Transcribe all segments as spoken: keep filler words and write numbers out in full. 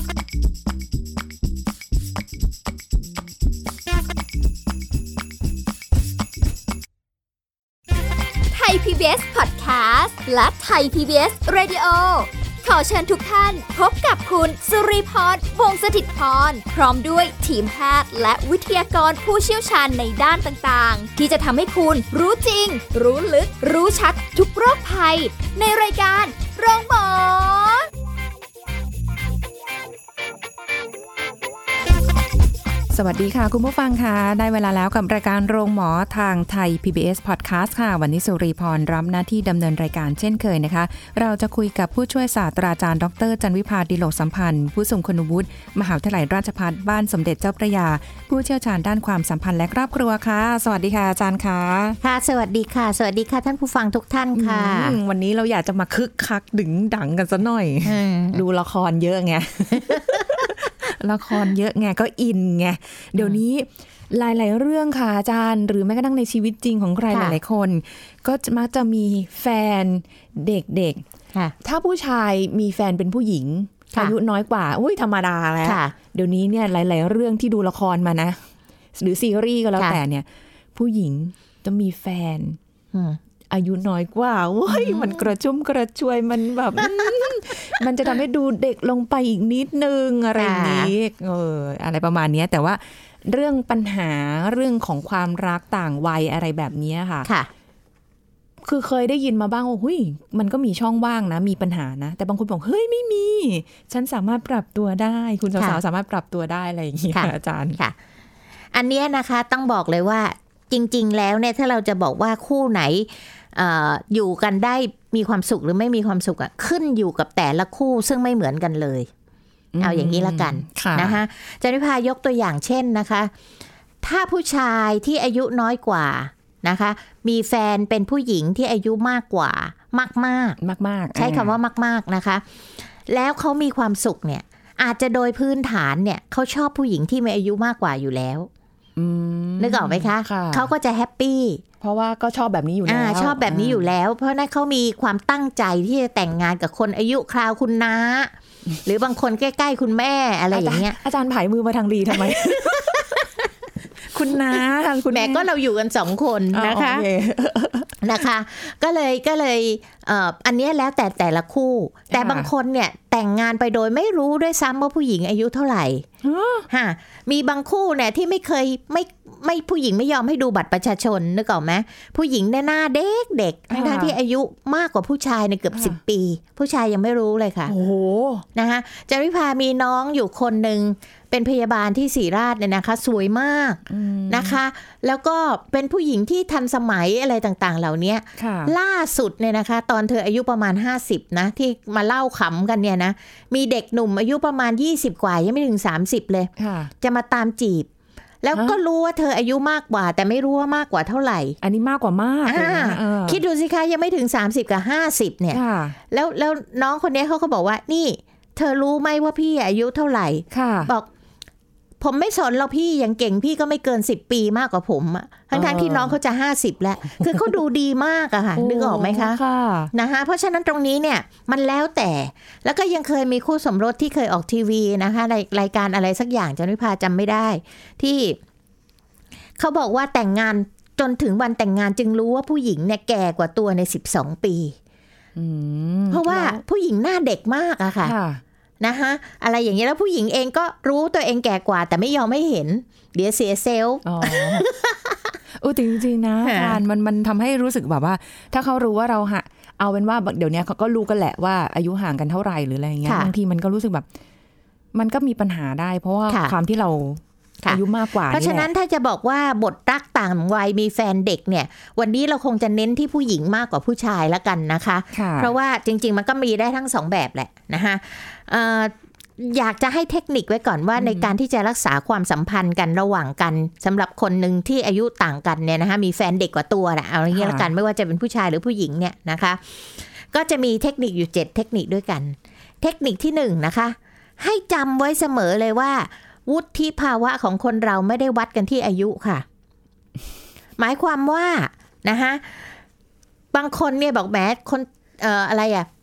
ไทย พี บี เอส Podcast และไทย พี บี เอส Radio ขอเชิญทุกท่านพบกับคุณสุริพร วงศ์สถิตพรพร้อมด้วยทีมแพทย์และวิทยากรผู้เชี่ยวชาญในด้านต่างๆที่จะทำให้คุณรู้จริงรู้ลึกรู้ชัดทุกโรคภัยในรายการโรงหมอสวัสดีค่ะคุณผู้ฟังค่ะได้เวลาแล้วกับรายการโรงหมอทางไทย พี บี เอส Podcast ค่ะวันนี้สุริพรรับหน้าที่ดำเนินรายการเช่นเคยนะคะเราจะคุยกับผู้ช่วยศาสตราจารย์ดรจันวิภาดิโลกสัมพันธ์ผู้ทรงคุณวุฒิมหาวิทยาลัยราชภัฏบ้านสมเด็จเจ้าพระยาผู้เชี่ยวชาญด้านความสัมพันธ์และครอบครัวค่ะสวัสดีค่ะอาจารย์ค่ะค่ะสวัสดีค่ะสวัสดีค่ะท่านผู้ฟังทุกท่านค่ะวันนี้เราอยากจะมาคึกคักดึงดังกันซะหน่อยดูละครเยอะไง ละครเยอะไงก็อินไงเดี๋ยวนี้หลายๆเรื่องค่ะอาจารย์หรือแม้กระทั่งในชีวิตจริงของใครหลายๆคนก็มักจะมีแฟนเด็กๆถ้าผู้ชายมีแฟนเป็นผู้หญิงอายุน้อยกว่าอุ้ยธรรมดาแล้วเดี๋ยวนี้เนี่ยหลายๆเรื่องที่ดูละครมานะหรือซีรีส์ก็แล้วแต่เนี่ยผู้หญิงจะมีแฟนอายุน้อยกว่าโอ้ยมันกระชุ่มกระชวยมันแบบมันจะทำให้ดูเด็กลงไปอีกนิดนึงอะไรอย่างนี้เอออะไรประมาณนี้แต่ว่าเรื่องปัญหาเรื่องของความรักต่างวัยอะไรแบบนี้ค่ะค่ะคือเคยได้ยินมาบ้างว่าหุ้ยมันก็มีช่องว่างนะมีปัญหานะแต่บางคนบอกเฮ้ยไม่มีฉันสามารถปรับตัวได้คุณสาวๆสามารถปรับตัวได้อะไรอย่างนี้ค่ะอาจารย์ค่ะอันนี้นะคะต้องบอกเลยว่าจริงๆแล้วเนี่ยถ้าเราจะบอกว่าคู่ไหนเอ่ออยู่กันได้มีความสุขหรือไม่มีความสุขอ่ะขึ้นอยู่กับแต่ละคู่ซึ่งไม่เหมือนกันเลยเอาอย่างนี้ละกันนะคะจันวิภายกตัวอย่างเช่นนะคะถ้าผู้ชายที่อายุน้อยกว่านะคะมีแฟนเป็นผู้หญิงที่อายุมากกว่ามากมากมากมากใช้คำว่ามากๆนะคะแล้วเขามีความสุขเนี่ยอาจจะโดยพื้นฐานเนี่ยเขาชอบผู้หญิงที่มีอายุมากกว่าอยู่แล้วนึกออกไหมคะเขาก็จะแฮปปี้เพราะว่าก็ชอบแบบนี้อยู่แล้วชอบแบบนี้อยู่แล้วเพราะนั้นเขามีความตั้งใจที่จะแต่งงานกับคนอายุคราวคุณน้าหรือบางคนใกล้ๆคุณแม่อะไรอย่างเงี้ยอาจารย์ผายมือมาทางดีทำไม คุณน้าทางคุณแม่ก็เราอยู่กันสองคนนะคะนะคะก็เลยก็เลยเอ่ออันนี้แล้วแต่แต่ละคู่แต่บางคนเนี่ยแต่งงานไปโดยไม่รู้ด้วยซ้ำว่าผู้หญิงอายุเท่าไหร่ฮะมีบางคู่เนี่ยที่ไม่เคยไม่ไม่ผู้หญิงไม่ยอมให้ดูบัตรประชาชนนึกออกไหมผู้หญิงเนี่ยหน้าเด็กเด็กทั้งที่อายุมากกว่าผู้ชายในเกือบสิบปีผู้ชายยังไม่รู้เลยค่ะโอ้โหนะคะจันวิภามีน้องอยู่คนนึงเป็นพยาบาลที่ศรีราชเนี่ยนะคะสวยมากนะคะแล้วก็เป็นผู้หญิงที่ทันสมัยอะไรต่างๆเหล่านี้ล่าสุดเนี่ยนะคะตอนเธออายุประมาณห้าสิบนะที่มาเล่าขำกันเนี่ยนะมีเด็กหนุ่มอายุประมาณยี่สิบกว่ายังไม่ถึงสามสิบเลยจะมาตามจีบแล้วก็รู้ว่าเธออายุมากกว่าแต่ไม่รู้ว่ามากกว่าเท่าไหร่อันนี้มากกว่ามากคิดดูสิคะยังไม่ถึงสามสิบกับห้าสิบเนี่ยแล้วแล้วน้องคนนี้เขาก็บอกว่านี่เธอรู้ไหมว่าพี่อายุเท่าไหร่บอกผมไม่สนเราพี่ยังเก่งพี่ก็ไม่เกินสิบปีมากกว่าผมอ่ะทั้งๆที่น้องเขาจะห้าสิบแล้วคือเขาดูดีมากอะค่ะนึกออกไหมคะนะคะเพราะฉะนั้นตรงนี้เนี่ยมันแล้วแต่แล้วก็ยังเคยมีคู่สมรสที่เคยออกทีวีนะคะในรายการอะไรสักอย่างจันวิภาจำไม่ได้ที่เขาบอกว่าแต่งงานจนถึงวันแต่งงานจึงรู้ว่าผู้หญิงเนี่ยแก่กว่าตัวในสิบสองปีเพราะว่าผู้หญิงหน้าเด็กมากอะค่ะนะคะอะไรอย่างนี้แล้วผู้หญิงเองก็รู้ตัวเองแก่กว่าแต่ไม่ยอมไม่เห็นเดี๋ยวเสียเซลล์อ๋ออู้จริงๆนะการมันมันทำให้รู้สึกแบบว่าถ้าเขารู้ว่าเราฮะเอาเป็นว่าเดี๋ยวนี้เขาก็รู้กันแหละว่าอายุห่างกันเท่าไหร่หรืออะไรอย่างเงี้ยบางทีมันก็รู้สึกแบบมันก็มีปัญหาได้เพราะว่าความที่เราอายุมากกว่าเพราะฉะนั้นถ้าจะบอกว่าบทรักต่างวัยมีแฟนเด็กเนี่ยวันนี้เราคงจะเน้นที่ผู้หญิงมากกว่าผู้ชายละกันนะคะเพราะว่าจริงๆมันก็มีได้ทั้งสองแบบแหละนะคะอยากจะให้เทคนิคไว้ก่อนว่าในการที่จะรักษาความสัมพันธ์กันระหว่างกันสำหรับคนหนึ่งที่อายุต่างกันเนี่ยนะคะมีแฟนเด็กกว่าตัวนะเอาอย่างนี้ละกันไม่ว่าจะเป็นผู้ชายหรือผู้หญิงเนี่ยนะคะก็จะมีเทคนิคอยู่เจ็ดเทคนิคด้วยกันเทคนิคที่หนึ่งนะคะให้จำไว้เสมอเลยว่าวุฒิภาวะของคนเราไม่ได้วัดกันที่อายุค่ะหมายความว่านะคะบางคนเนี่ยบอกแหมคนเอ่ออะไรอ่ะ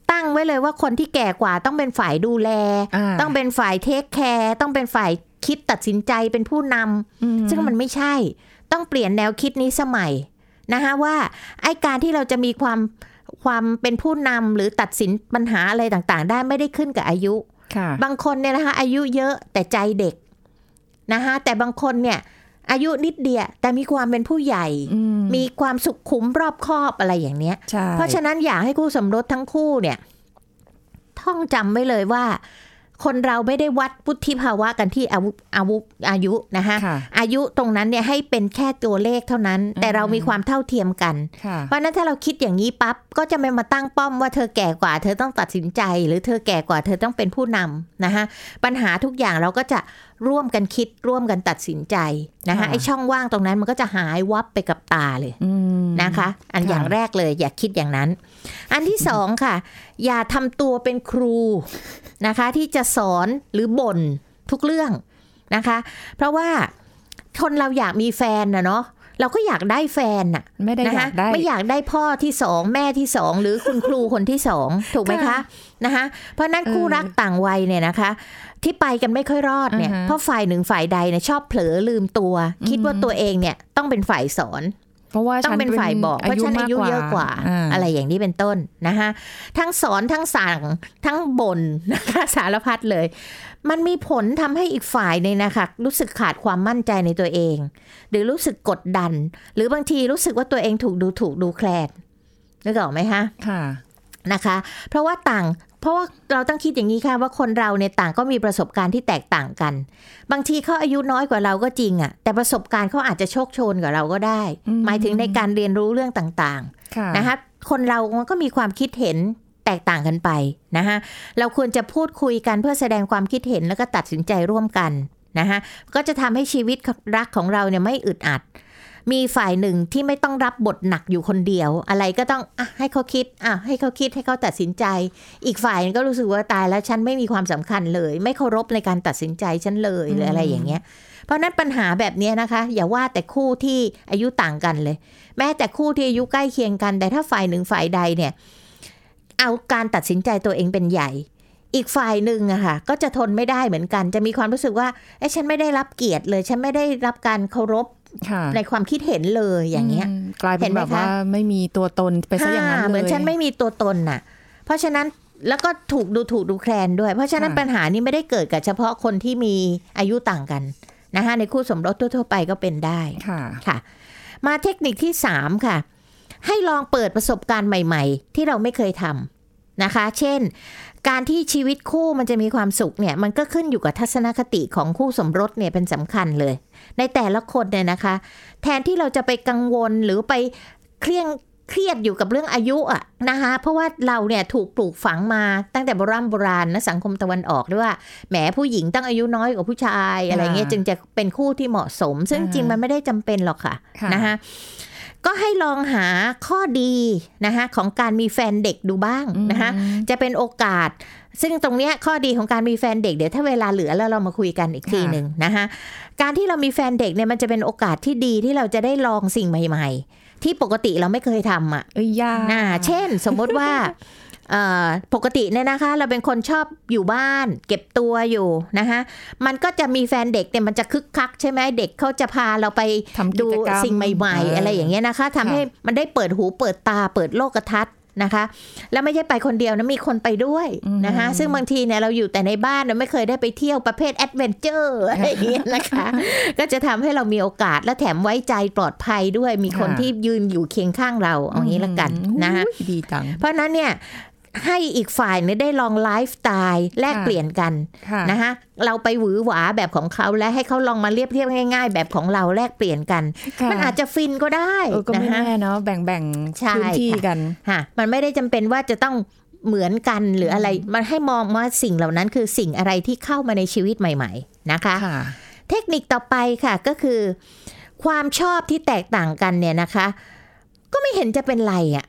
ตั้งไว้เลยว่าคนที่แก่กว่าต้องเป็นฝ่ายดูแลต้องเป็นฝ่ายเทคแคร์ต้องเป็นฝ่ายคิดตัดสินใจเป็นผู้นำซึ่งมันไม่ใช่ต้องเปลี่ยนแนวคิดนี้สมัยนะคะว่าไอ้การที่เราจะมีความความเป็นผู้นำหรือตัดสินปัญหาอะไรต่างๆได้ไม่ได้ขึ้นกับอายุบางคนเนี่ยนะคะอายุเยอะแต่ใจเด็กนะคะแต่บางคนเนี่ยอายุนิดเดียวแต่มีความเป็นผู้ใหญ่มีความสุขุมรอบคอบอะไรอย่างเนี้ยเพราะฉะนั้นอยากให้คู่สมรสทั้งคู่เนี่ยท่องจำไว้เลยว่าคนเราไม่ได้วัดวุฒิภาวะกันที่อาวุอาวุอายุนะคะอายุตรงนั้นเนี่ยให้เป็นแค่ตัวเลขเท่านั้นแต่เรามีความเท่าเทียมกันเพราะนั้นถ้าเราคิดอย่างนี้ปั๊บก็จะไม่มาตั้งป้อมว่าเธอแก่กว่าเธอต้องตัดสินใจหรือเธอแก่กว่าเธอต้องเป็นผู้นำนะคะปัญหาทุกอย่างเราก็จะร่วมกันคิดร่วมกันตัดสินใจนะคะไอ้ช่องว่างตรงนั้นมันก็จะหายวับไปกับตาเลยนะคะอันอย่างแรกเลยอย่าคิดอย่างนั้นอันที่สองค่ะอย่าทำตัวเป็นครูนะคะที่จะสอนหรือบ่นทุกเรื่องนะคะเพราะว่าคนเราอยากมีแฟนนะเนาะเราก็อยากได้แฟนน่ะไม่ได้อยากได้ไม่อยากได้พ่อที่สองแม่ที่สองหรือคุณครูคนที่สองถูกไหมคะนะคะเพราะนั้นคู่รักต่างวัยเนี่ยนะคะที่ไปกันไม่ค่อยรอดเนี่ยเพราะฝ่ายหนึ่งฝ่ายใดเนี่ยชอบเผลอลืมตัวคิดว่าตัวเองเนี่ยต้องเป็นฝ่ายสอนเพราะว่าต้องเป็นฝ่ายบอกเพราะฉันอายุเยอะกว่าอะไรอย่างนี้เป็นต้นนะคะทั้งสอนทั้งสั่งทั้งบ่นนะคะสารพัดเลยมันมีผลทำให้อีกฝ่ายนึงนะคะรู้สึกขาดความมั่นใจในตัวเองหรือรู้สึกกดดันหรือบางทีรู้สึกว่าตัวเองถูกดูถูกดูแคลนนึกออกไหมคะค่ะนะคะเพราะว่าต่างเพราะว่าเราต้องคิดอย่างนี้ค่ะว่าคนเราเนี่ยต่างก็มีประสบการณ์ที่แตกต่างกันบางทีเขาอายุน้อยกว่าเราก็จริงอ่ะแต่ประสบการณ์เขาอาจจะโชคโชนกว่าเราก็ได้หมายถึงในการเรียนรู้เรื่องต่างๆนะคะคนเราก็มีความคิดเห็นแตกต่างกันไปนะคะเราควรจะพูดคุยกันเพื่อแสดงความคิดเห็นแล้วก็ตัดสินใจร่วมกันนะคะก็จะทำให้ชีวิตรักของเราเนี่ยไม่อึดอัดมีฝ่ายหนึ่งที่ไม่ต้องรับบทหนักอยู่คนเดียวอะไรก็ต้องอ่ะให้เขาคิดอ่ะให้เขาคิดให้เขาตัดสินใจอีกฝ่ายก็รู้สึกว่าตายแล้วฉันไม่มีความสำคัญเลยไม่เคารพในการตัดสินใจฉันเลยหรืออะไรอย่างเงี้ยเพราะนั้นปัญหาแบบนี้นะคะอย่าว่าแต่คู่ที่อายุต่างกันเลยแม้แต่คู่ที่อายุใกล้เคียงกันแต่ถ้าฝ่ายหนึ่งฝ่ายใดเนี่ยเอาการตัดสินใจตัวเองเป็นใหญ่อีกฝ่ายหนึ่งอะค่ะก็จะทนไม่ได้เหมือนกันจะมีความรู้สึกว่าเอ้ฉันไม่ได้รับเกียรติเลยฉันไม่ได้รับการเคารพในความคิดเห็นเลยอย่างเงี้ยกลายเป็นแบบว่าไม่มีตัวตนไปซะอย่างนั้นเลยเหมือนฉันไม่มีตัวตนน่ะเพราะฉะนั้นแล้วก็ถูกดูถูกดูแคลนด้วยเพราะฉะนั้นปัญหานี้ไม่ได้เกิดกับเฉพาะคนที่มีอายุต่างกันนะคะในคู่สมรสทั่วๆไปก็เป็นได้ค่ะค่ะมาเทคนิคที่สามค่ะให้ลองเปิดประสบการณ์ใหม่ๆที่เราไม่เคยทำนะคะเช่นการที่ชีวิตคู่มันจะมีความสุขเนี่ยมันก็ขึ้นอยู่กับทัศนคติของคู่สมรสเนี่ยเป็นสำคัญเลยในแต่ละคนเนี่ยนะคะแทนที่เราจะไปกังวลหรือไปเครียดเครียดอยู่กับเรื่องอายุอ่ะนะคะเพราะว่าเราเนี่ยถูกปลูกฝังมาตั้งแต่โบราณโบราณนะสังคมตะวันออกด้วยว่าแหมผู้หญิงต้องอายุน้อยกว่าผู้ชายอะไรเงี้ยจึงจะเป็นคู่ที่เหมาะสมซึ่งจริงมันไม่ได้จำเป็นหรอกค่ะนะคะก็ให้ลองหาข้อดีนะคะของการมีแฟนเด็กดูบ้างนะคะจะเป็นโอกาสซึ่งตรงเนี้ยข้อดีของการมีแฟนเด็กเดี๋ยวถ้าเวลาเหลือแล้วเรามาคุยกันอีกทีหนึ่งนะคะการที่เรามีแฟนเด็กเนี่ยมันจะเป็นโอกาสที่ดีที่เราจะได้ลองสิ่งใหม่ๆที่ปกติเราไม่เคยทำอ่ะเอ้ยยากนะเช่นสมมติว่าปกติเนี่ยนะคะเราเป็นคนชอบอยู่บ้านเก็บตัวอยู่นะคะมันก็จะมีแฟนเด็กเนี่ยมันจะคึกคักใช่ไหมเด็กเขาจะพาเราไปดูสิ่งใหม่ๆอะไรอย่างเงี้ยนะคะทำให้มันได้เปิดหูเปิดตาเปิดโลกทัศน์นะคะแล้วไม่ใช่ไปคนเดียวนะมีคนไปด้วยนะคะซึ่งบางทีเนี่ยเราอยู่แต่ในบ้านเราไม่เคยได้ไปเที่ยวประเภทแอดเวนเจอร์อะไรอย่างเงี้ยนะคะก็จะทำให้เรามีโอกาสและแถมไว้ใจปลอดภัยด้วยมีคนที่ยืนอยู่เคียงข้างเราเอางี้ละกันนะคะดีจังเพราะนั้นเนี่ยให้อีกฝ่ายเนี่ยได้ลองไลฟ์สไตล์แลกเปลี่ยนกันนะคะเราไปหวือหวาแบบของเขาและให้เขาลองมาเรียบเรียบง่ายๆแบบของเราแลกเปลี่ยนกันมันอาจจะฟินก็ได้นะคะเนาะแบ่งๆพื้นที่กันค่ะมันไม่ได้จำเป็นว่าจะต้องเหมือนกันหรืออะไรมันให้มองว่าสิ่งเหล่านั้นคือสิ่งอะไรที่เข้ามาในชีวิตใหม่ๆนะคะเทคนิคต่อไปค่ะก็คือความชอบที่แตกต่างกันเนี่ยนะคะก็ไม่เห็นจะเป็นไรอ่ะ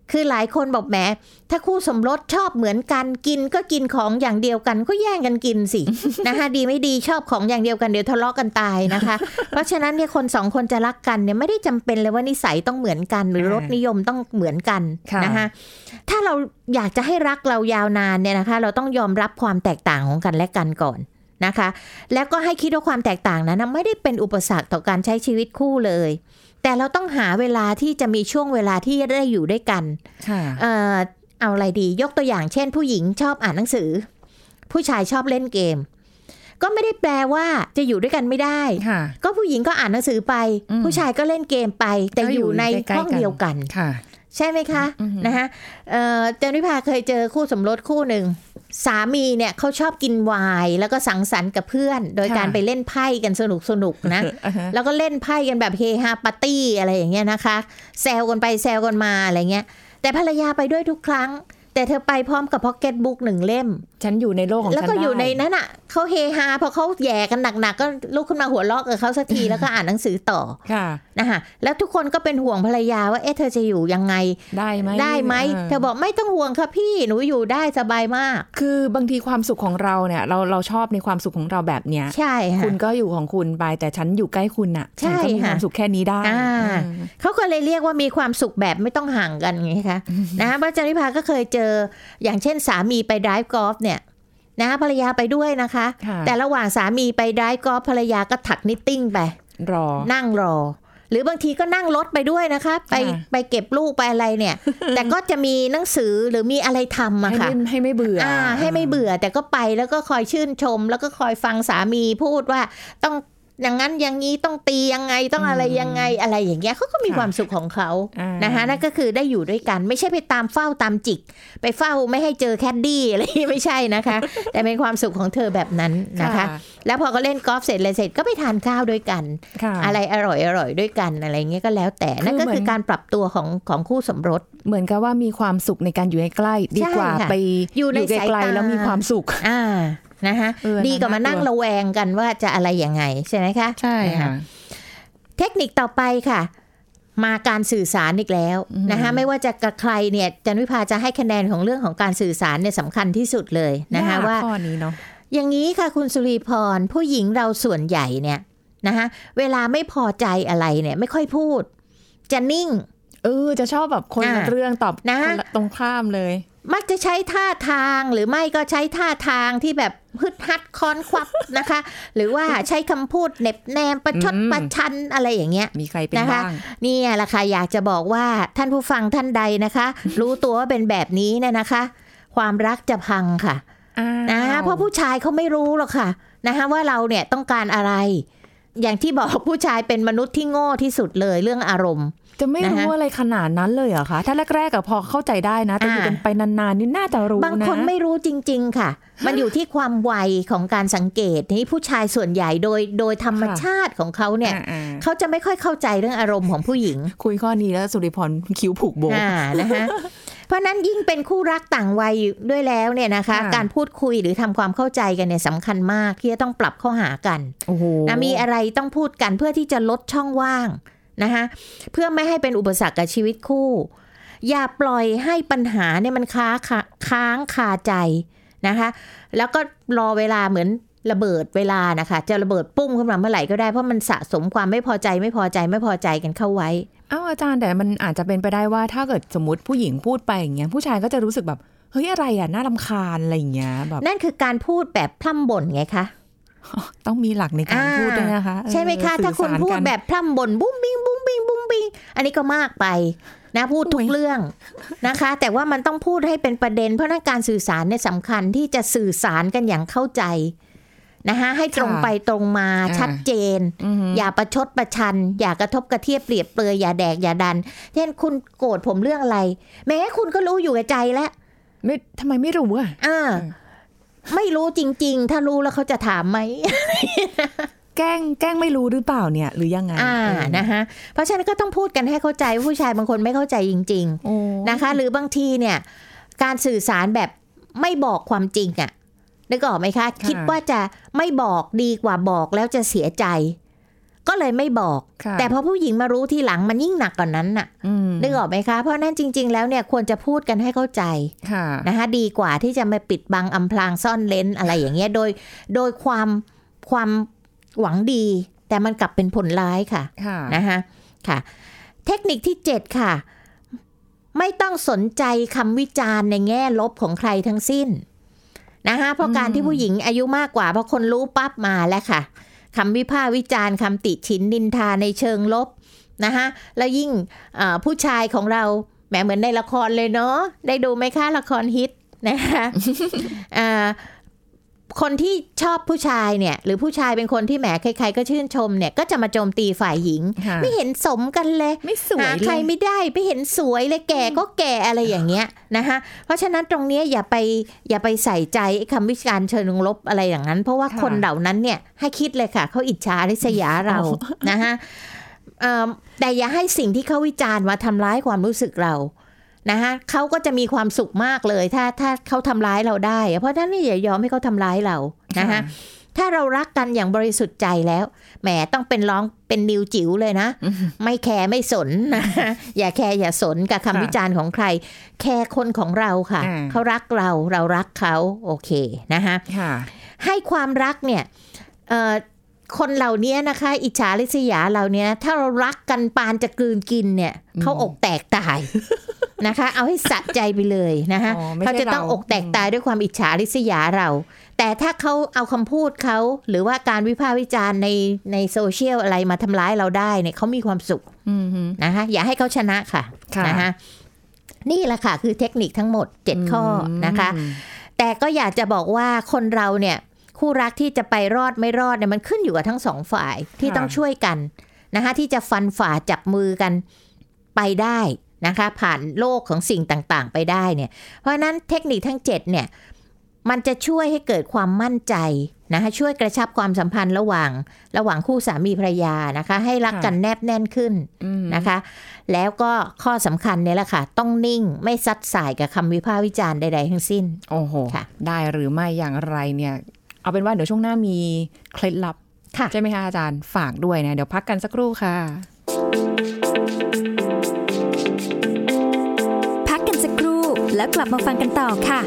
คือหลายคนบอกแหมถ้าคู่สมรสชอบเหมือนกันกินก็กินของอย่างเดียวกันก็แย่งกันกินสิ นะคะดีไม่ดีชอบของอย่างเดียวกันเดี๋ยวทะเลาะกันตายนะคะ เพราะฉะนั้นเนี่ยคนสองคนจะรักกันเนี่ยไม่ได้จำเป็นเลยว่านิสัยต้องเหมือนกันหรือรสนิยมต้องเหมือนกันนะคะถ้าเราอยากจะให้รักเรายาวนานเนี่ยนะคะเราต้องยอมรับความแตกต่างของกันและกันก่อนนะคะแล้วก็ให้คิดว่าความแตกต่างนั้นไม่ได้เป็นอุปสรรคต่อการใช้ชีวิตคู่เลยแต่เราต้องหาเวลาที่จะมีช่วงเวลาที่ได้อยู่ด้วยกันเอ่อเอาอะไรดียกตัวอย่างเช่นผู้หญิงชอบอ่านหนังสือผู้ชายชอบเล่นเกมก็ไม่ได้แปลว่าจะอยู่ด้วยกันไม่ได้ก็ผู้หญิงก็อ่านหนังสือไปผู้ชายก็เล่นเกมไปแต่อยู่ในห้องเดียวกันใช่ไหมคะนะคะเอ่อเจนิพาเคยเจอคู่สมรสคู่หนึ่งสามีเนี่ยเขาชอบกินไวน์แล้วก็สังสรรค์กับเพื่อนโดยการไปเล่นไพ่กันสนุกสนุกนะ แล้วก็เล่นไพ่กันแบบเฮฮาปาร์ตี้อะไรอย่างเงี้ยนะคะแซวกันไปแซวกันมาอะไรเงี้ยแต่ภรรยาไปด้วยทุกครั้งแต่เธอไปพร้อมกับพ็อกเก็ตบุ๊กหนึ่งเล่มฉันอยู่ในโลกของฉันได้แล้วก็อยู่ในนั้นอ่ะเขาเฮฮาพอเขาแย่กันหนักๆก็ลุกขึ้นมาหัวเราะกับเขาสักที แล้วก็อ่านหนังสือต่อนะคะแล้วทุกคนก็เป็นห่วงภรรยาว่าเอ๊ะเธอจะอยู่ยังไงได้ไหมได้ไหมเธอบอกไม่ต้องห่วงค่ะพี่หนูอยู่ได้สบายมากคือบางทีความสุขของเราเนี่ยเราเราชอบในความสุขของเราแบบเนี้ยใช่ค่ะคุณก็อยู่ของคุณไปแต่ฉันอยู่ใกล้คุณน่ะฉันก็มีความสุขแค่นี้ได้เขาก็เลยเรียกว่ามีความสุขแบบไม่ต้องห่างกันไงคะนะพระจันทร์วิภาก็เคยเจออย่างเช่นสามีไปไดฟ์กอล์ฟเนี่ยนะภรรยาไปด้วยนะคะแต่ระหว่างสามีไปไดฟ์กอล์ฟภรรยาก็ถักนิตติ้งไปรอนั่งรอหรือบางทีก็นั่งรถไปด้วยนะคะไปไปเก็บลูกไปอะไรเนี่ยแต่ก็จะมีหนังสือหรือมีอะไรทำอะค่ะให้ไม่เบื่ออ่าให้ไม่เบื่อแต่ก็ไปแล้วก็คอยชื่นชมแล้วก็คอยฟังสามีพูดว่าต้องอย่างนั้นอย่างนี้ต้องตียังไงต้องอะไรยังไงอะไรอย่างเงี้ยเขาก็มีความสุขของเขานะคะนั่นก็คือได้อยู่ด้วยกันไม่ใช่ไปตามเฝ้าตามจิกไปเฝ้าไม่ให้เจอแคดดี้อะไรไม่ใช่นะคะแต่เป็นความสุขของเธอแบบนั้นนะคะแล้วพอก็เล่นกอล์ฟเสร็จเลยเสร็จก็ไปทานข้าวด้วยกันอะไรอร่อยอร่อยด้วยกันอะไรเงี้ยก็แล้วแต่นั่นก็คือการปรับตัวของของคู่สมรสเหมือนกับว่ามีความสุขในการอยู่ใกล้ๆดีกว่าไปอยู่ในไกลๆแล้วมีความสุขอ่านะคะดีกว่ามานั่งระแวงกันว่าจะอะไรยังไงใช่ไหมคะใช่ค่ะเทคนิคต่อไปค่ะมาการสื่อสารอีกแล้วนะคะไม่ว่าจะกับใครเนี่ยจันวิภาจะให้คะแนนของเรื่องของการสื่อสารเนี่ยสำคัญที่สุดเลยนะคะว่าข้อนี้เนาะอย่างนี้ค่ะคุณสุรีพรผู้หญิงเราส่วนใหญ่เนี่ยนะคะเวลาไม่พอใจอะไรเนี่ยไม่ค่อยพูดจะนิ่งเออจะชอบแบบคนละเรื่องตอบคนละตรงข้ามเลยมักจะใช้ท่าทางหรือไม่ก็ใช้ท่าทางที่แบบฮึดฮัดค้อนควับนะคะหรือว่าใช้คำพูดเน็บแนมประชดประชันอะไรอย่างเงี้ยมีใครเป็นบ้างนี่แหละค่ะอยากจะบอกว่าท่านผู้ฟังท่านใดนะคะรู้ตัวว่าเป็นแบบนี้เนี่ยนะคะความรักจะพังค่ะนะเพราะผู้ชายเขาไม่รู้หรอกค่ะนะคะว่าเราเนี่ยต้องการอะไรอย่างที่บอกผู้ชายเป็นมนุษย์ที่โง่ที่สุดเลยเรื่องอารมณ์จะไม่รู้อะไรขนาดนั้นเลยเหรอคะถ้าแรกๆก็พอเข้าใจได้นะแต่อยู่กันไปนานๆนี่น่าจะรู้นะบางคนไม่รู้จริงๆค่ะมันอยู่ที่ความไวของการสังเกตที่ผู้ชายส่วนใหญ่โดยโดยธรรมชาติของเขาเนี่ยเขาจะไม่ค่อยเข้าใจเรื่องอารมณ์ของผู้หญิงคุยข้อนี้แล้วสุริพรคิ้วผูกโบนะคะเพราะนั้นยิ่งเป็นคู่รักต่างวัยด้วยแล้วเนี่ยนะคะการพูดคุยหรือทำความเข้าใจกันเนี่ยสำคัญมากที่จะต้องปรับเข้าหากันนะมีอะไรต้องพูดกันเพื่อที่จะลดช่องว่างนะคะเพื่อไม่ให้เป็นอุปสรรคกับชีวิตคู่อย่าปล่อยให้ปัญหาเนี่ยมันค้าค้างคาใจนะคะแล้วก็รอเวลาเหมือนระเบิดเวลานะคะจะระเบิดปุ้งขึ้นมาเมื่อไหร่ก็ได้เพราะมันสะสมความไม่พอใจไม่พอใจไม่พอใจกันเข้าไว้อ้าวอาจารย์แต่มันอาจจะเป็นไปได้ว่าถ้าเกิดสมมติผู้หญิงพูดไปอย่างเงี้ยผู้ชายก็จะรู้สึกแบบเฮ้ยอะไรอ่ะน่ารำคาญอะไรอย่างเงี้ยแบบนั่นคือการพูดแบบพร่ำบ่นไงคะต้องมีหลักในการพูดด้วยนะคะใช่ไหมคะถ้าคุณพูดแบบพร่ำบ่นบุ้งบิ้งบุ้งบิ้งบุ้งบิ้งอันนี้ก็มากไปนะพูดทุกเรื่องนะคะแต่ว่ามันต้องพูดให้เป็นประเด็นเพราะนั่นการสื่อสารเนี่ยสำคัญที่จะสื่อสารกันอย่างเข้าใจนะคะให้ตรงไปตรงมาชัดเจนอย่าประชดประชันอย่ากระทบกระเทียบเปรียบเปรยอย่าแดกอย่าดันเช่นคุณโกรธผมเรื่องอะไรแม้คุณก็รู้อยู่กับใจแล้วไม่ทำไมไม่รู้อ่ะอ่าไม่รู้จริงๆถ้ารู้แล้วเขาจะถามไหมแกล้งแกล้งไม่รู้หรือเปล่าเนี่ยหรือยังไงอ่านะคะเพราะฉะนั้นก็ต้องพูดกันให้เข้าใจผู้ชายบางคนไม่เข้าใจจริงๆนะคะหรือบางทีเนี่ยการสื่อสารแบบไม่บอกความจริงอ่ะนึกออกไหมคะคิดว่าจะไม่บอกดีกว่าบอกแล้วจะเสียใจก็เลยไม่บอกแต่พอผู้หญิงมารู้ทีหลังมันยิ่งหนักกว่านั้นน่ะนึกออกไหมคะเพราะนั้นจริงๆแล้วเนี่ยควรจะพูดกันให้เข้าใจนะคะดีกว่าที่จะมาปิดบังอำพรางซ่อนเร้นอะไรอย่างเงี้ยโดยโดยความความหวังดีแต่มันกลับเป็นผลร้ายค่ะนะคะค่ะเทคนิคที่เจ็ดค่ะไม่ต้องสนใจคำวิจารณ์ในแง่ลบของใครทั้งสิ้นนะคะเพราะการที่ผู้หญิงอายุมากกว่าพอคนรู้ปั๊บมาแล้วค่ะคำวิพากษ์วิจารณ์คำติฉินนินทาในเชิงลบนะคะแล้วยิ่งผู้ชายของเราแหมเหมือนในละครเลยเนาะได้ดูไหมคะละครฮิตนะคะ คนที่ชอบผู้ชายเนี่ยหรือผู้ชายเป็นคนที่แหมใครๆก็ชื่นชมเนี่ยก็จะมาโจมตีฝ่ายหญิงไม่เห็นสมกันเลยไม่สวยเลยใครไม่ได้ไม่เห็นสวยเลยแก่ก็แก่อะไรอย่างเงี้ยนะคะเพราะฉะนั้นตรงนี้อย่าไปอย่าไปใส่ใจคำวิจารณ์เชิงลบอะไรอย่างนั้นเพราะว่าคนเหล่านั้นเนี่ยให้คิดเลยค่ะเขาอิจฉาริษยาเรานะคะแต่อย่าให้สิ่งที่เขาวิจารณ์มาทำร้ายความรู้สึกเรานะคะเขาก็จะมีความสุขมากเลยถ้าถ้าเขาทำร้ายเราได้เพราะฉะนั้นอย่ายอมให้เขาทำร้ายเรานะคะถ้าเรารักกันอย่างบริสุทธิ์ใจแล้วแหมต้องเป็นร้องเป็นนิวจิ๋วเลยนะไม่แคร์ไม่สนนะอย่าแคร์อย่าสนกับคำวิจารณ์ของใครแคร์คนของเราค่ะเขารักเราเรารักเขาโอเคนะคะให้ความรักเนี่ยคนเหล่านี้นะคะอิจฉาริษยาเหล่านี้ถ้าเรารักกันปานจะกลืนกินเนี่ยเขาอกแตกตายนะคะเอาให้สะใจไปเลยนะคะเขาจะต้องอกแตกตายด้วยความอิจฉาริษยาเราแต่ถ้าเขาเอาคำพูดเขาหรือว่าการวิพากษ์วิจารณ์ในในโซเชียลอะไรมาทำร้ายเราได้เนี่ยเขามีความสุขนะคะอย่าให้เขาชนะค่ะนะคะนี่แหละค่ะคือเทคนิคทั้งหมดเจ็ดข้อนะคะแต่ก็อยากจะบอกว่าคนเราเนี่ยคู่รักที่จะไปรอดไม่รอดเนี่ยมันขึ้นอยู่กับทั้งสองฝ่ายที่ต้องช่วยกันนะคะที่จะฟันฝ่าจับมือกันไปได้นะคะผ่านโลกของสิ่งต่างๆไปได้เนี่ยเพราะฉะนั้นเทคนิคทั้งเจ็ดเนี่ยมันจะช่วยให้เกิดความมั่นใจนะคะช่วยกระชับความสัมพันธ์ระหว่างระหว่างคู่สามีภรรยานะคะให้รักกันแนบแน่นขึ้นนะคะแล้วก็ข้อสำคัญเนี่ยแหละค่ะต้องนิ่งไม่ซัดสายกับคำวิพากษ์วิจารณ์ใดๆทั้งสิ้นโอ้โหได้หรือไม่อย่างไรเนี่ยเอาเป็นว่าเดี๋ยวช่วงหน้ามีเคล็ดลับใช่ไหมคะอาจารย์ฝากด้วยนะเดี๋ยวพักกันสักครู่ค่ะพักกันสักครู่แล้วกลับมาฟังกันต่อค่ะ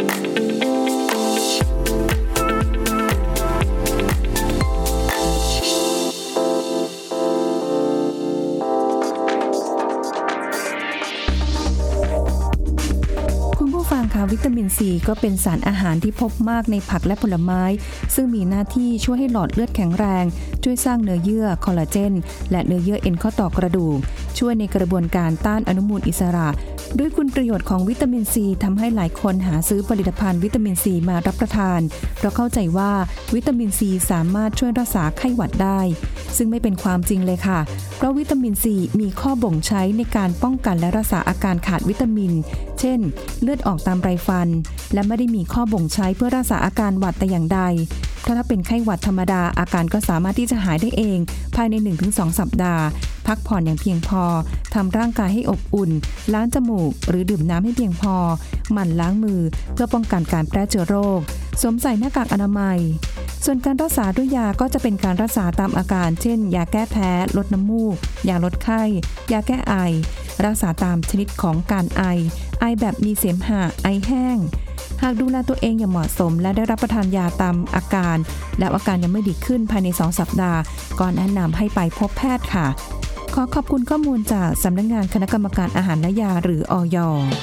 วิตามินซีก็เป็นสารอาหารที่พบมากในผักและผลไม้ซึ่งมีหน้าที่ช่วยให้หลอดเลือดแข็งแรงช่วยสร้างเนื้อเยื่อคอลลาเจนและเนื้อเยื่อเอ็นข้อต่อกระดูกช่วยในกระบวนการต้านอนุมูลอิสระด้วยคุณประโยชน์ของวิตามินซีทำให้หลายคนหาซื้อผลิตภัณฑ์วิตามินซีมารับประทานเพราะเข้าใจว่าวิตามินซีสามารถช่วยรักษาไข้หวัดได้ซึ่งไม่เป็นความจริงเลยค่ะเพราะวิตามินซีมีข้อบ่งใช้ในการป้องกันและรักษาอาการขาดวิตามินเช่นเลือดออกตามไรฟันและไม่ได้มีข้อบ่งใช้เพื่อรักษาอาการหวัดแต่อย่างใดเพราะถ้าเป็นไข้หวัดธรรมดาอาการก็สามารถที่จะหายได้เองภายใน หนึ่งถึงสอง สัปดาห์พักผ่อนอย่างเพียงพอทำร่างกายให้อบอุ่นล้างจมูกหรือดื่มน้ำให้เพียงพอหมั่นล้างมือเพื่อป้องกันการแพร่เชื้อโรคสวมใส่หน้ากากอนามัยส่วนการรักษาด้วยยาก็จะเป็นการรักษาตามอาการเช่นยาแก้แพ้ลดน้ำมูกยาลดไข้ยาแก้ไอรักษาตามชนิดของการไอไอแบบมีเสมหะไอแห้งหากดูแลตัวเองอย่างเหมาะสมและได้รับประทานยาตามอาการแล้วอาการยังไม่ดีขึ้นภายในสองสัปดาห์ก็แนะนำให้ไปพบแพทย์ค่ะขอขอบคุณข้อมูลจากสำนักงานคณะกรรมการอาหารและยาหรืออย.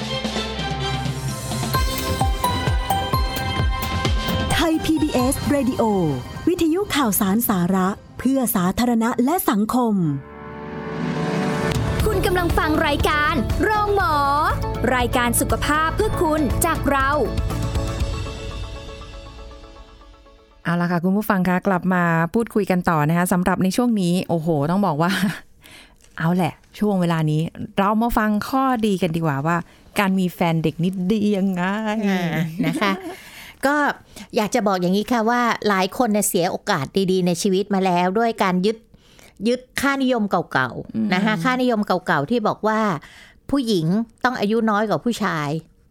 ไทย พี บี เอส Radio วิทยุข่าวสารสาระเพื่อสาธารณะและสังคมคุณกำลังฟังรายการโรงหมอรายการสุขภาพเพื่อคุณจากเราเอาล่ะค่ะคุณผู้ฟังคะกลับมาพูดคุยกันต่อนะคะสำหรับในช่วงนี้โอ้โหต้องบอกว่าเอาแหละช่วงเวลานี้เรามาฟังข้อดีกันดีกว่าว่าการมีแฟนเด็กนิดดียังไงนะคะก็อยากจะบอกอย่างนี้ค่ะว่าหลายคนเนี่ยเสียโอกาสดีๆในชีวิตมาแล้วด้วยการยึดยึดค่านิยมเก่าๆนะคะค่านิยมเก่าๆที่บอกว่าผู้หญิงต้องอายุน้อยกว่าผู้ชาย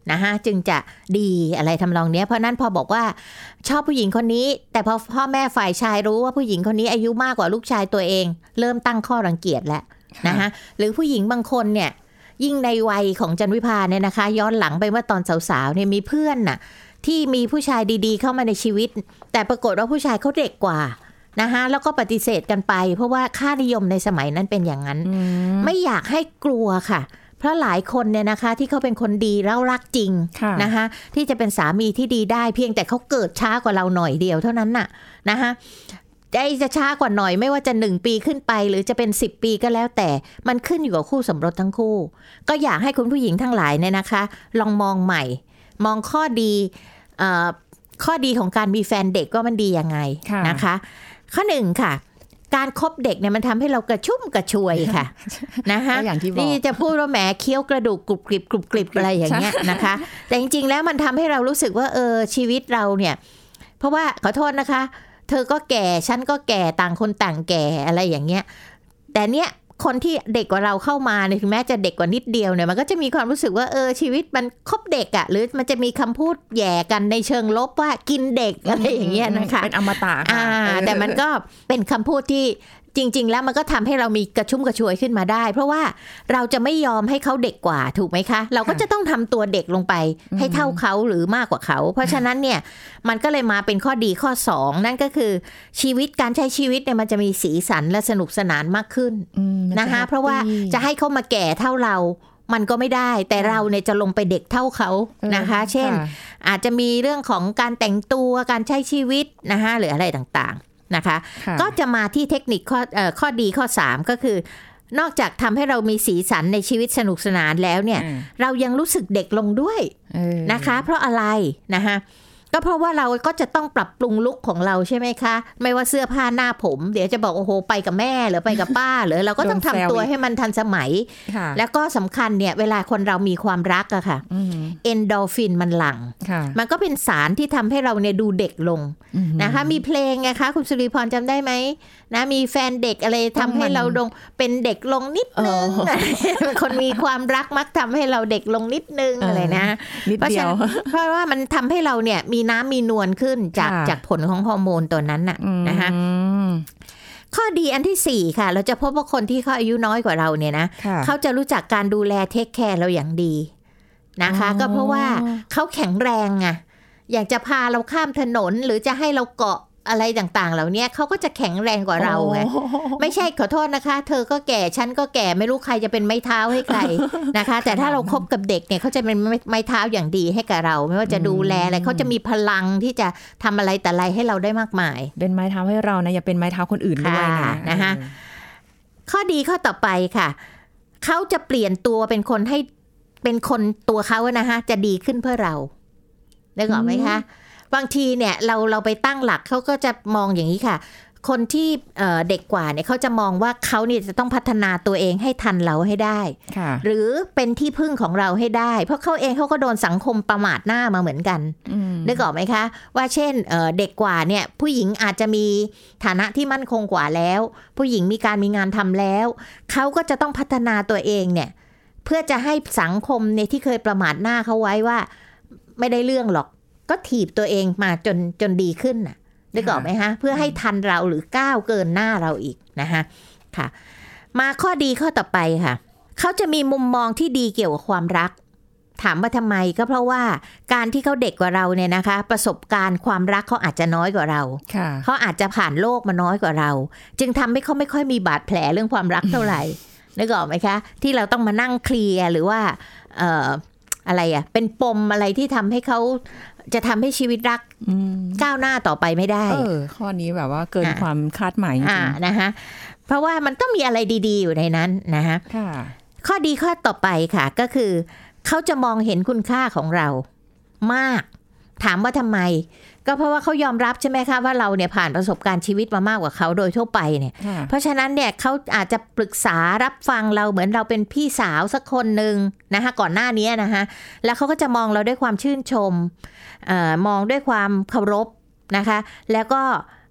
นะคะจึงจะดีอะไรทำนองนี้เพราะนั้นพอบอกว่าชอบผู้หญิงคนนี้แต่พอพ่อแม่ฝ่ายชายรู้ว่าผู้หญิงคนนี้อายุมากกว่าลูกชายตัวเองเริ่มตั้งข้อรังเกียจแล้วนะคะหรือผู้หญิงบางคนเนี่ยยิ่งในวัยของจันวิภาเนี่ยนะคะย้อนหลังไปเมื่อตอนสาวๆเนี่ยมีเพื่อนน่ะที่มีผู้ชายดีๆเข้ามาในชีวิตแต่ปรากฏว่าผู้ชายเขาเด็กกว่านะคะแล้วก็ปฏิเสธกันไปเพราะว่าค่านิยมในสมัยนั้นเป็นอย่างนั้น ไม่อยากให้กลัวค่ะเพราะหลายคนเนี่ยนะคะที่เขาเป็นคนดีแล้วรักจริงนะคะที่จะเป็นสามีที่ดีได้เพียงแต่เขาเกิดช้ากว่าเราหน่อยเดียวเท่านั้นน่ะนะคะไอ้จะช้ากว่าหน่อยไม่ว่าจะหนึ่งปีขึ้นไปหรือจะเป็นสิบปีก็แล้วแต่มันขึ้นอยู่กับคู่สมรสทั้งคู่ก็อยากให้คุณผู้หญิงทั้งหลายเนี่ยนะคะลองมองใหม่มองข้อดีเอ่อข้อดีของการมีแฟนเด็กก็มันดียังไงนะคะข้อหนึ่งค่ะการคบเด็กเนี่ยมันทำให้เรากระชุ่มกระชวยค่ะนะคะนี่จะพูดว่าแหมเคี้ยวกระดูกกรุบกริบกรุบกริบอะไรอย่างเงี้ยนะคะแต่จริงๆแล้วมันทำให้เรารู้สึกว่าเออชีวิตเราเนี่ยเพราะว่าขอโทษนะคะเธอก็แก่ฉันก็แก่ต่างคนต่างแก่อะไรอย่างเงี้ยแต่เนี้ยคนที่เด็กกว่าเราเข้ามาเนี่ยถึงแม้จะเด็กกว่านิดเดียวเนี่ยมันก็จะมีความรู้สึกว่าเออชีวิตมันคบเด็กอะหรือมันจะมีคำพูดแย่กันในเชิงลบว่ากินเด็กอะไรอย่างเงี้ยนะคะเป็นอมตะอ่าแต่มันก็เป็นคำพูดที่จริงๆแล้วมันก็ทำให้เรามีกระชุ่มกระชวยขึ้นมาได้เพราะว่าเราจะไม่ยอมให้เขาเด็กกว่าถูกไหมคะเราก็จะต้องทำตัวเด็กลงไปให้เท่าเขาหรือมากกว่าเขาเพราะฉะนั้นเนี่ยมันก็เลยมาเป็นข้อดีข้อสองนั่นก็คือชีวิตการใช้ชีวิตเนี่ยมันจะมีสีสันและสนุกสนานมากขึ้นนะคะเพราะว่าจะให้เขามาแก่เท่าเรามันก็ไม่ได้แต่เราเนี่ยจะลงไปเด็กเท่าเขานะคะเช่นอาจจะมีเรื่องของการแต่งตัวการใช้ชีวิตนะคะหรืออะไรต่างๆนะคะก็จะมาที่เทคนิคข้อเอ่อข้อดีข้อสามก็คือนอกจากทำให้เรามีสีสันในชีวิตสนุกสนานแล้วเนี่ยเรายังรู้สึกเด็กลงด้วยนะคะเพราะอะไรนะคะก็เพราะว่าเราก็จะต้องปรับปรุงลุคของเราใช่ไหมคะไม่ว่าเสื้อผ้าหน้าผมเดี๋ยวจะบอกโอ้โหไปกับแม่หรือไปกับป้าหรือเราก็ต้องทำตัวให้มันทันสมัยแล้วก็สำคัญเนี่ยเวลาคนเรามีความรักอะค่ะเอนโดรฟินมันหลั่งมันก็เป็นสารที่ทำให้เราเนี่ยดูเด็กลงนะคะมีเพลงไงคะคุณสุริพรจำได้ไหมนะมีแฟนเด็กอะไรทำให้เราลงเป็นเด็กลงนิดนึงคนมีความรักมักทำให้เราเด็กลงนิดนึงอะไรนะเพราะฉะนั้นเพราะว่ามันทำให้เราเนี่ยมีน้ำมีนวลขึ้นจากจากผลของฮอร์โมนตัวนั้นน่ะนะคะข้อดีอันที่สี่ค่ะเราจะพบว่าคนที่เขาอายุน้อยกว่าเราเนี่ยนะเขาจะรู้จักการดูแลเทคแคร์เราอย่างดีนะคะก็เพราะว่าเขาแข็งแรงไงอยากจะพาเราข้ามถนนหรือจะให้เราเกาะอะไรต่างๆเหล่านี้เขาก็จะแข็งแรงกว่าเราไงไม่ใช่ขอโทษนะคะเธอก็แก่ฉันก็แก่ไม่รู้ใครจะเป็นไม้เท้าให้ใครนะคะแต่ถ้าเราคบกับเด็กเนี่ยเขาจะเป็นไม้เท้าอย่างดีให้กับเราไม่ว่าจะดูแลอะไรเขาจะมีพลังที่จะทำอะไรแต่อะไรให้เราได้มากมายเป็นไม้เท้าให้เรานะอย่าเป็นไม้เท้าคนอื่นด้วยนะนะคะข้อดีข้อต่อไปค่ะเขาจะเปลี่ยนตัวเป็นคนให้เป็นคนตัวเขานะคะจะดีขึ้นเพื่อเราได้ก่อนไหมคะบางทีเนี่ยเราเราไปตั้งหลักเขาก็จะมองอย่างนี้ค่ะคนที่เอ่อเด็กกว่าเนี่ยเขาจะมองว่าเขาเนี่ยจะต้องพัฒนาตัวเองให้ทันเราให้ได้หรือเป็นที่พึ่งของเราให้ได้เพราะเขาเองเขาก็โดนสังคมประมาทหน้ามาเหมือนกันได้ก่อนไหมคะว่าเช่นเอ่อเด็กกว่าเนี่ยผู้หญิงอาจจะมีฐานะที่มั่นคงกว่าแล้วผู้หญิงมีการมีงานทำแล้วเขาก็จะต้องพัฒนาตัวเองเนี่ยเพื่อจะให้สังคมเนี่ยที่เคยประมาทหน้าเขาไว้ว่าไม่ได้เรื่องหรอกก็ถีบตัวเองมาจนจนดีขึ้นน่ะได้ก่อนไหมฮะเพื่อให้ทันเราหรือก้าวเกินหน้าเราอีกนะคะค่ะมาข้อดีข้อต่อไปค่ะเขาจะมีมุมมองที่ดีเกี่ยวกับความรักถามว่าทำไมก็เพราะว่าการที่เขาเด็กกว่าเราเนี่ยนะคะประสบการณ์ความรักเขาอาจจะน้อยกว่าเราเขาอาจจะผ่านโลกมาน้อยกว่าเราจึงทำให้เขาไม่ค่อยมีบาดแผลเรื่องความรักเท่าไหร่ได้ก่อนไหมคะที่เราต้องมานั่งเคลียร์หรือว่าเอ่ออะไรอ่ะเป็นปมอะไรที่ทำให้เขาจะทำให้ชีวิตรักก้าวหน้าต่อไปไม่ได้เออข้อนี้แบบว่าเกินความคาดหมายจริงๆนะคะเพราะว่ามันต้องมีอะไรดีๆอยู่ในนั้นนะคะข้อดีข้อต่อไปค่ะก็คือเขาจะมองเห็นคุณค่าของเรามากถามว่าทำไมก็เพราะว่าเขายอมรับใช่ไหมคะว่าเราเนี่ยผ่านประสบการณ์ชีวิตมามากกว่าเขาโดยทั่วไปเนี่ยเพราะฉะนั้นเนี่ยเขาอาจจะปรึกษารับฟังเราเหมือนเราเป็นพี่สาวสักคนหนึ่งนะคะก่อนหน้านี้นะคะแล้วเขาก็จะมองเราด้วยความชื่นชมเอ่อมองด้วยความเคารพนะคะแล้วก็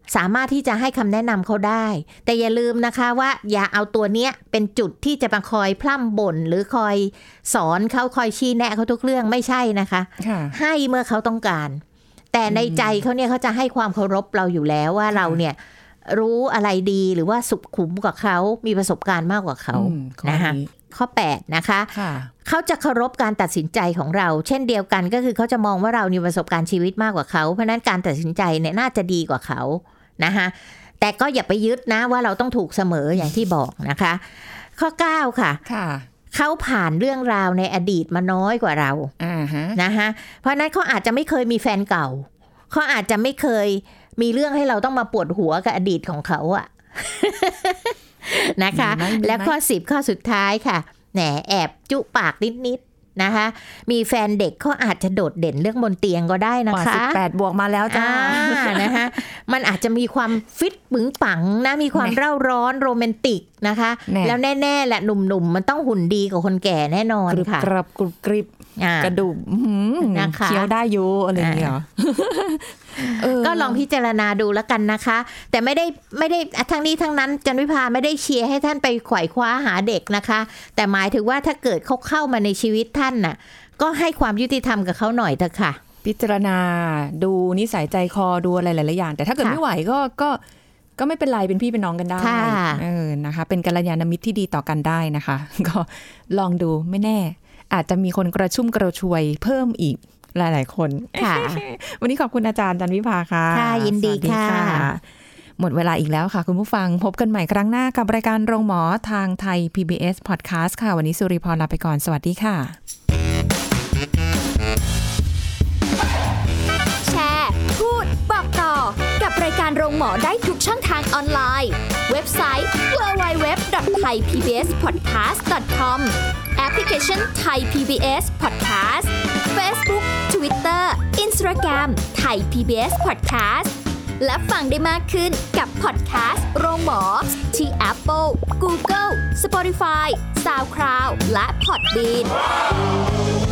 สามารถที่จะให้คำแนะนำเขาได้แต่อย่าลืมนะคะว่าอย่าเอาตัวเนี้ยเป็นจุดที่จะมาคอยพร่ำบ่นหรือคอยสอนเขาคอยชี้แนะเขาทุกเรื่องไม่ใช่นะคะให้เมื่อเขาต้องการแต่ในใจเขาเนี่ยเขาจะให้ความเคารพเราอยู่แล้วว่าเราเนี่ยรู้อะไรดีหรือว่าสุขุมกว่าเขามีประสบการณ์มากกว่าเขานะคะข้อแปดนะคะเขาจะเคารพการตัดสินใจของเราเช่นเดียวกันก็คือเขาจะมองว่าเรามีประสบการณ์ชีวิตมากกว่าเขาเพราะนั้นการตัดสินใจเนี่ยน่าจะดีกว่าเขานะคะแต่ก็อย่าไปยึดนะว่าเราต้องถูกเสมออย่างที่บอกนะคะข้อเก้าค่ะเขาผ่านเรื่องราวในอดีตมาน้อยกว่าเรานะคะเพราะนั้นเขาอาจจะไม่เคยมีแฟนเก่าเขาอาจจะไม่เคยมีเรื่องให้เราต้องมาปวดหัวกับอดีตของเขาอะ นะคะและข้อสิบข้อสุดท้ายค่ะแหนแอบจุปากนิดๆนะคะมีแฟนเด็กเขาอาจจะโดดเด่นเรื่องบนเตียงก็ได้นะคะสิบแปดบวกมาแล้วจ้านะคะมันอาจจะมีความฟิตปึงปังนะมีความเร่าร้อนโรแมนติกนะคะแล้วแน่ๆแหละหนุ่มๆมันต้องหุ่นดีกว่าคนแก่แน่นอนค่ะกรับกรุบกริบกระดูกนะคะเคี้ยวได้อยู่อะไรอย่างเงี้ยก็ลองพิจารณาดูแล้วกันนะคะแต่ไม่ได้ไม่ได้ทั้งนี้ทั้งนั้นจันวิภาไม่ได้เชียร์ให้ท่านไปไขว่คว้าหาเด็กนะคะแต่หมายถึงว่าถ้าเกิดเขาเข้ามาในชีวิตท่านน่ะก็ให้ความยุติธรรมกับเขาหน่อยเถอะค่ะพิจารณาดูนิสัยใจคอดูอะไรหลายๆอย่างแต่ถ้าเกิดไม่ไหวก็ก็ก็ไม่เป็นไรเป็นพี่เป็นน้องกันได้เออนะคะเป็นกัลยาณมิตรที่ดีต่อกันได้นะคะก็ลองดูไม่แน่อาจจะมีคนกระชุ่มกระชวยเพิ่มอีกหลายๆคนค่ะวันนี้ขอบคุณอาจารย์จันวิภาค่ะค่ะยินดีค่ะหมดเวลาอีกแล้วค่ะคุณผู้ฟังพบกันใหม่ครั้งหน้ากับรายการโรงหมอทางไทย พี บี เอส Podcast ค่ะวันนี้สุริพรลาไปก่อนสวัสดีค่ะแชร์พูดบอกต่อกับรายการโรงหมอได้ทุกช่องทางออนไลน์เว็บไซต์ ดับเบิลยู ดับเบิลยู ดับเบิลยู ดอท ไทยพีบีเอสพอดแคสต์ ดอท คอม แอปพลิเคชัน Thai พี บี เอส Podcast Facebook Twitter Instagram Thai พี บี เอส Podcast และฟังได้มากขึ้นกับพอดแคสต์โรงหมอที่ Apple, Google, Spotify, SoundCloud และ Podbean